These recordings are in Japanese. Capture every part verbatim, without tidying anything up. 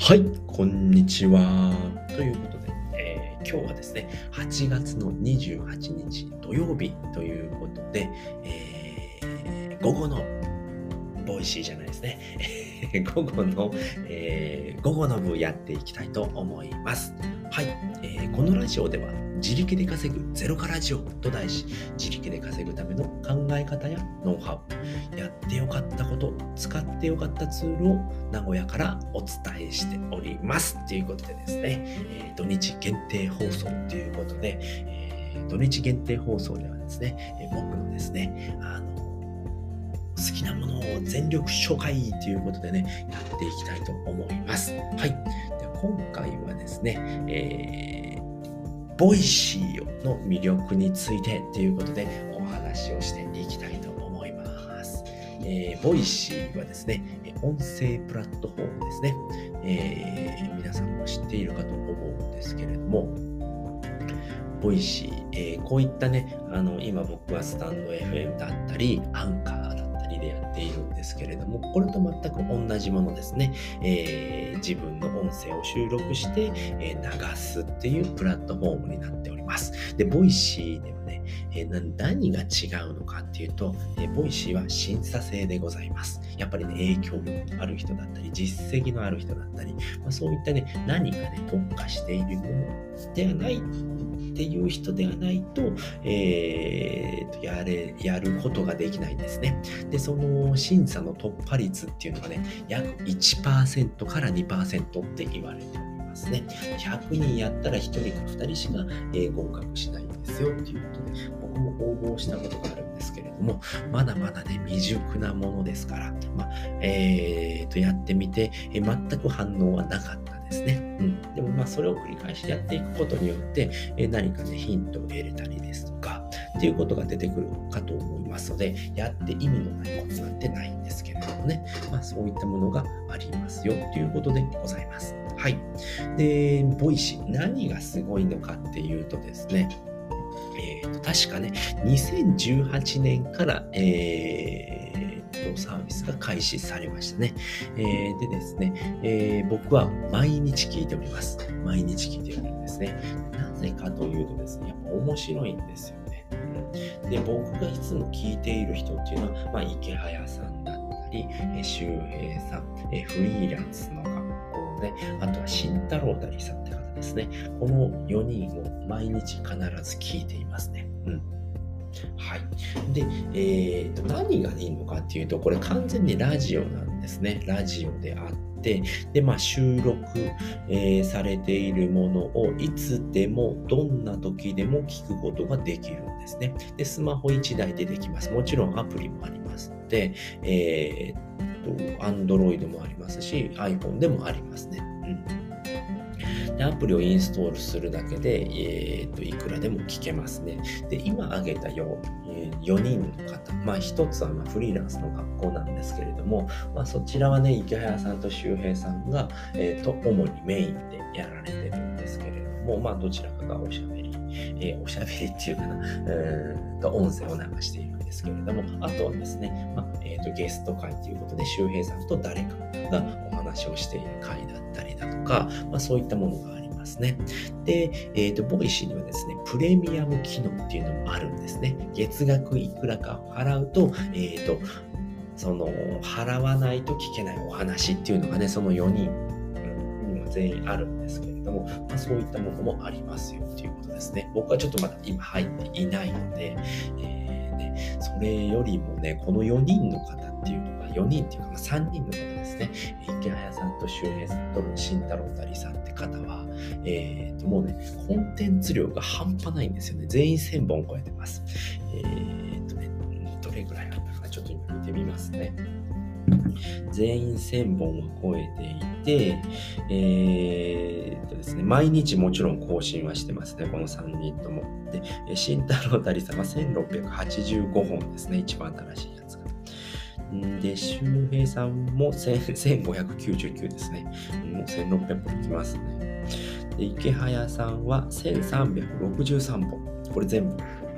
はい、こんにちは。ということで、えー今日はですね、はちがつのにじゅうはちにち土曜日ということで、えー午後のボイシーじゃないですね。午後の、えー午後の部やっていきたいと思います。はい、えーこのラジオでは自力で稼ぐゼロからラジオと題し、自力で稼ぐための考え方やノウハウ、やってよかったこと、使ってよかったツールを名古屋からお伝えしております。ということでですね、えー土日限定放送ということで、えー土日限定放送ではですね、えー僕のですね、あの好きなものを全力紹介ということでね、やっていきたいと思います。はい。で今回はですね、えーボイシーの魅力についてということでお話をしていきたいと思います。えー、ボイシーはですね、音声プラットフォームですね。えー皆さんも知っているかと思うんですけれども、ボイシー、えーこういったね、あの、今僕はスタンド エフエム だったり、アンカーだったりでやっているんですけれども、これと全く同じものですね。えー自分の音声を収録して、えー流すっていうプラットフォームになっております。で、ボイシーではね、えーな何が違うのかっていうと、えーボイシーは審査制でございます。やっぱりね、影響力のある人だったり、実績のある人だったり、まあ、そういったね、何かね、特化しているものではないっていう人ではないと、えーと、やれ、やることができないんですね。で、その審査の突破率っていうのがね、約いちパーセントからにパーセントって言われておりますね。ひゃくにんやったらひとりかふたりしか、えー合格しないんですよっていうことで、僕も応募したことがあるんですけれども、まだまだね、未熟なものですから、まあ、えーと、やってみて、えー全く反応はなかったですね。うん。でもまあ、それを繰り返しやっていくことによって、えー何かね、ヒントを得れたりですとか、っていうことが出てくるかと思いますので、やって意味のないことなんてないんですけれどもね、まあそういったものがありますよということでございます。はい。で、ボイシー、何がすごいのかっていうとですね、えーと、確かね、にせんじゅうはちねんから、えーとサービスが開始されましたね。えーでですね、えー僕は毎日聞いております。毎日聞いておるんですね。なぜかというとですね、やっぱ面白いんですよね。うんで、僕がいつも聞いている人っていうのは、まあ、池早さんだったり、えー周平さん、えーフリーランスの学校ね、あとは慎太郎たりさんって方ですね。このよにんを毎日必ず聞いていますね。うん。はい。で、えーと、何がいいのかっていうと、これ完全にラジオなんですね。ラジオであって、で、まあ、収録、えーされているものをいつでも、どんな時でも聞くことができるんですね。で、スマホいちだいでできます。もちろんアプリもありますので、えーと、Android もありますし、iPhone でもありますね。うんでアプリをインストールするだけで、えー、といくらでも聞けますね。で、今挙げた よ, よにんの方、まあ一つはまあフリーランスの学校なんですけれども、まあ、そちらはね、池早さんと周平さんが、えー、と主にメインでやられてるんですけれども、まあどちらかがおしゃべり、えー、おしゃべりっていうかな、うーんと音声を流しているんですけれども、あとはですね、まあえー、とゲスト会ということで、周平さんと誰かがお話をしている会だったりだとか、まあ、そういったものがありますね。で、えっと、ボイシーにはですね、プレミアム機能っていうのもあるんですね。月額いくらか払うと、えっと、その、払わないと聞けないお話っていうのがね、そのよにんうんにも全員あるんですけれども、まあ、そういったものもありますよっていうことですね。僕はちょっとまだ今入っていないので、えーね、それよりもね、このよにんの方っていうのが、よにんっていうか、まあ、さんにんの方ですね、池早さんと周平さんと慎太郎たりさんって方は、えー、ともうね、コンテンツ量が半端ないんですよね。全員せんぼん超えてます。えー、とね、どれぐらいあったかな、ちょっと今見てみますね。全員せんぼんは超えていて、えー、とですね、毎日もちろん更新はしてますね、このさんにんとも。で、慎太郎たりさんはせんろっぴゃくはちじゅうごほんですね、一番新しいやつが。で、周平さんもせんごひゃくきゅうじゅうきゅうですね。もうせんろっぴゃくいきますね。で、池早さんはせんさんびゃくろくじゅうさんぼん。これ全部、うん、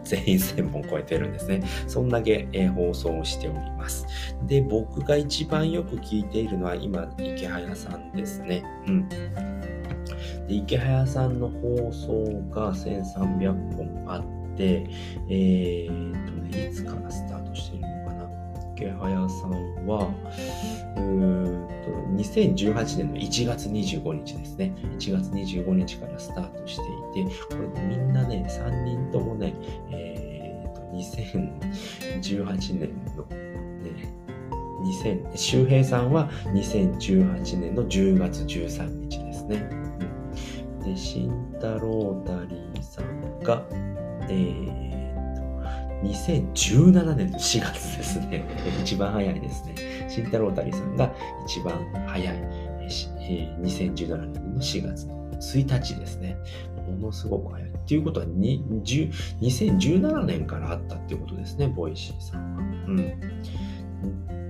全員せんぼん超えてるんですね。そんだけ、えー放送をしております。で、僕が一番よく聞いているのは今、池早さんですね。うん。で、池早さんの放送がせんさんびゃっぽんあって、えーっとね、いつからスタートしているのかな。池早さんは、うーんとにせんじゅうはちねんのいちがつにじゅうごにちですね。いちがつにじゅうごにちからスタートしていて、これみんなね、さんにんともね、えー、とにせんじゅうはちねんの、ね、にせん周平さんはにせんじゅうはちねんのじゅうがつじゅうさんにちですね。うん、で、慎太郎タリーさんが、えーにせんじゅうななねんのしがつですね。一番早いですね。慎太郎たりさんが一番早い、えー、にせんじゅうななねんのしがつのついたちですね。ものすごく早い。っていうことはににせんじゅうななねんからあったっていうことですね、ボイシーさんは。うん。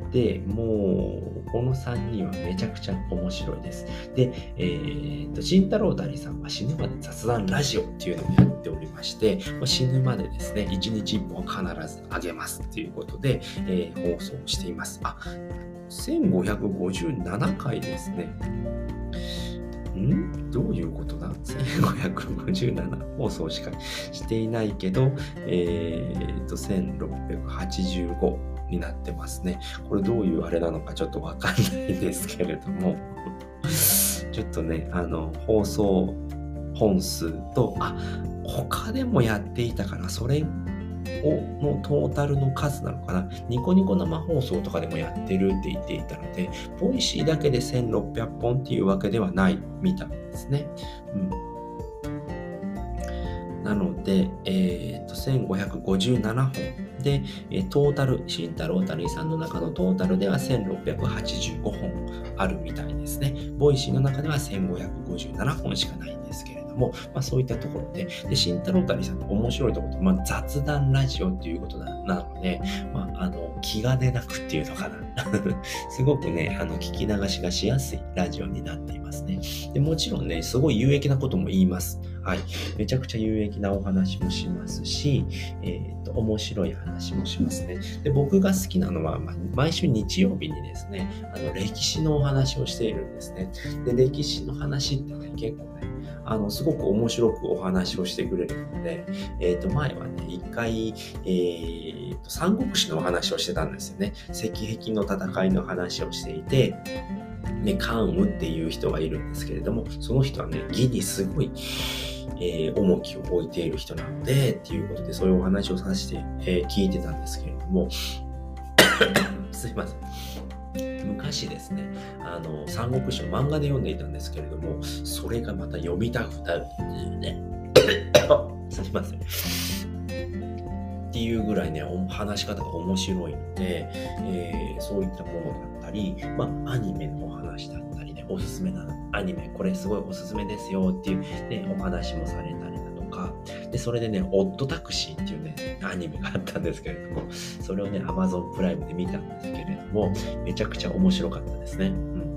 で、もう、このさんにんはめちゃくちゃ面白いです。で、えー、と、慎太郎たりさんは死ぬまで雑談ラジオっていうのをやっておりまして、死ぬまでですね、いちにちいっぽん必ずあげますっていうことで、えー、放送しています。あ、せんごひゃくごじゅうななかいですね。んどういうことだ ?せんごひゃくごじゅうなな 放送しかしていないけど、えー、と、せんろっぴゃくはちじゅうごになってますね。これどういうあれなのかちょっとわかんないですけれども、ちょっとね、あの、放送本数と、あ、他でもやっていたから、それをのトータルの数なのかな。ニコニコ生放送とかでもやってるって言っていたので、ボイシーだけでせんろっぴゃっぽんっていうわけではないみたいですね。うん、なので、えー、とせんごひゃくごじゅうななほんで、トータル、慎太郎たりさんの中のトータルではせんろっぴゃくはちじゅうごほんあるみたいですね。ボイシーの中ではせんごひゃくごじゅうななほんしかないんですけれども、まあ、そういったところで、で慎太郎たりさんの面白いところって、まあ、雑談ラジオっていうことなので、まあ、あの気が出なくっていうのかな。すごくね、あの聞き流しがしやすいラジオになっていますね。でもちろんね、すごい有益なことも言います。はい。めちゃくちゃ有益なお話もしますし、えっと、面白い話もしますね。で、僕が好きなのは、まあ、毎週日曜日にですね、あの、歴史のお話をしているんですね。で、歴史の話ってね、結構ね、あの、すごく面白くお話をしてくれるので、えっと、前はね、一回、えっと、三国志のお話をしてたんですよね。石壁の戦いの話をしていて、ね、関羽っていう人がいるんですけれども、その人はね、義にすごい、えー、重きを置いている人なので、っていうことで、そういうお話をさせて、えー、聞いてたんですけれども、すいません。昔ですね、あの、三国志を漫画で読んでいたんですけれども、それがまた読みたくなるっていうね。すいません。っていうぐらいね、話し方が面白いので、えー、そういったものだったり、まあ、アニメのお話だったりね、おすすめなアニメ、これすごいおすすめですよっていうね、お話もされたりだとか、で、それでね、オッドタクシーっていうね、アニメがあったんですけれども、それをね、Amazon プライムで見たんですけれども、めちゃくちゃ面白かったですね。うん。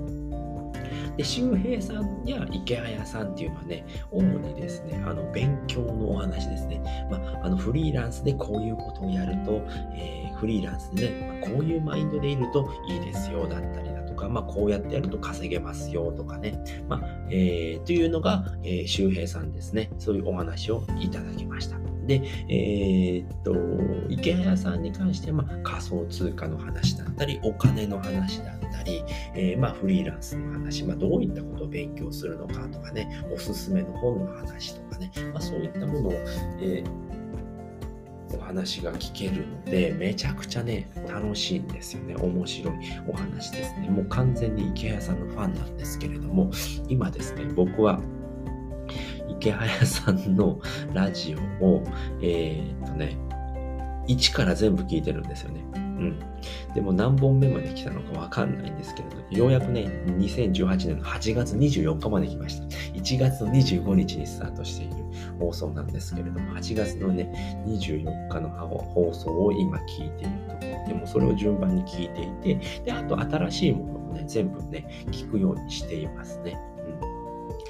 で、周平さんや池早さんっていうのはね、主にですね、あの、勉強のお話ですね。まあ、あの、フリーランスでこういうことをやると、えー、フリーランスでね、まあ、こういうマインドでいるといいですよ、だったりだとか、まあ、こうやってやると稼げますよ、とかね。まあ、えー、というのが、えー、周平さんですね。そういうお話をいただきました。で、えー、っと、池早さんに関しては、まあ、仮想通貨の話だったり、お金の話だったり、えー、まあ、フリーランスの話、まあ、どういったことを勉強するのかとかね、おすすめの本の話とかね、まあ、そういったものを、えー、お話が聞けるので、めちゃくちゃね、楽しいんですよね。面白いお話ですね。もう完全に池早さんのファンなんですけれども、今ですね、僕は、池早さんのラジオを、えー、っとね、一から全部聞いてるんですよね。うん。でも何本目まで来たのかわかんないんですけれど、ようやくね、にせんじゅうはちねんのはちがつにじゅうよっかまで来ました。いちがつのにじゅうごにちにスタートしている放送なんですけれども、はちがつのね、にじゅうよっかの放送を今聞いているところでも、それを順番に聞いていて、で、あと新しいものをね、全部ね、聞くようにしていますね。うん。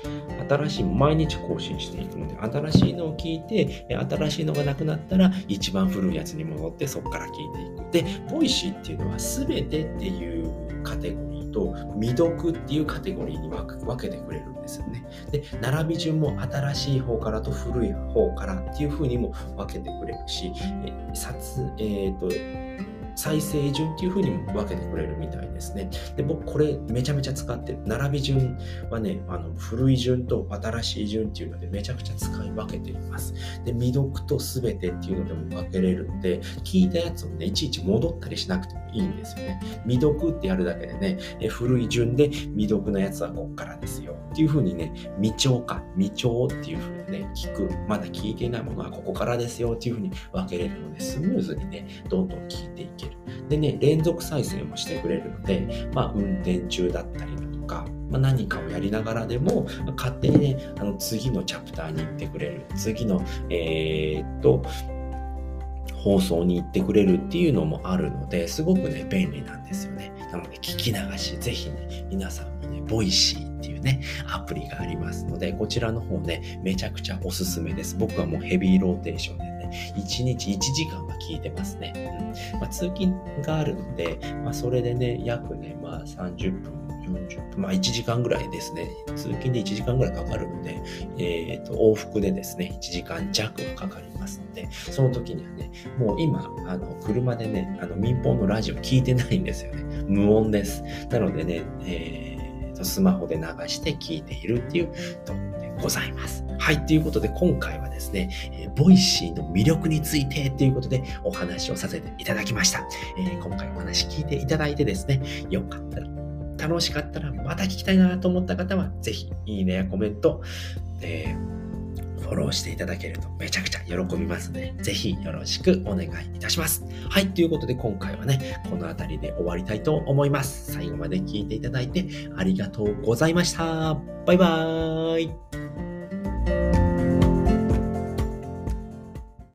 新しい、毎日更新していくので、新しいのを聞いて、新しいのがなくなったら、一番古いやつに戻って、そこから聞いていく。で、ボイシーっていうのは、すべてっていうカテゴリーと、未読っていうカテゴリーに分けてくれるんですよね。で、並び順も新しい方からと古い方からっていう風にも分けてくれるし、え、撮、えっと、再生順っていう風にも分けてくれるみたいですね。で、僕これめちゃめちゃ使ってる。並び順はね、あの古い順と新しい順っていうのでめちゃくちゃ使い分けています。で、未読とすべてっていうのでも分けれるので、聞いたやつをね、いちいち戻ったりしなくてもいいんですよね。未読ってやるだけでね、え古い順で未読のやつはこっからですよっていう風にね、未聴か、未聴っていう風にね、聞く。まだ聞いていないものはここからですよっていう風に分けれるので、スムーズにね、どんどん聞いていける。でね、連続再生もしてくれるので、まあ、運転中だったりだとか、まあ、何かをやりながらでも、勝手にね、あの次のチャプターに行ってくれる。次の、えー、っと、放送に行ってくれるっていうのもあるので、すごくね、便利なんですよね。なので、聞き流し、ぜひね、皆さんもね、ボイシーっていうね、アプリがありますので、こちらの方ね、めちゃくちゃおすすめです。僕はもうヘビーローテーションでね、いちにちいちじかんは聞いてますね。うんまあ、通勤があるので、まあ、それでね、約ね、まあさんじゅっぷん、よんじゅっぷん、まあいちじかんぐらいですね。通勤でいちじかんぐらいかかるので、えっと、往復でですね、いちじかん弱はかかりますので、その時にはね、もう今、あの、車でね、あの、民放のラジオ聞いてないんですよね。無音です。なのでね、えーと、スマホで流して聞いているっていうところでございます。はい、ということで今回はですね、えー、ボイシーの魅力についてということでお話をさせていただきました。えー、今回お話聞いていただいてですね、よかったら、楽しかったら、また聞きたいなと思った方は、ぜひ、いいねやコメント、えーフォローしていただけるとめちゃくちゃ喜びますので、ぜひよろしくお願いいたします。はい、ということで今回はね、この辺りで終わりたいと思います。最後まで聞いていただいてありがとうございました。バイバーイ。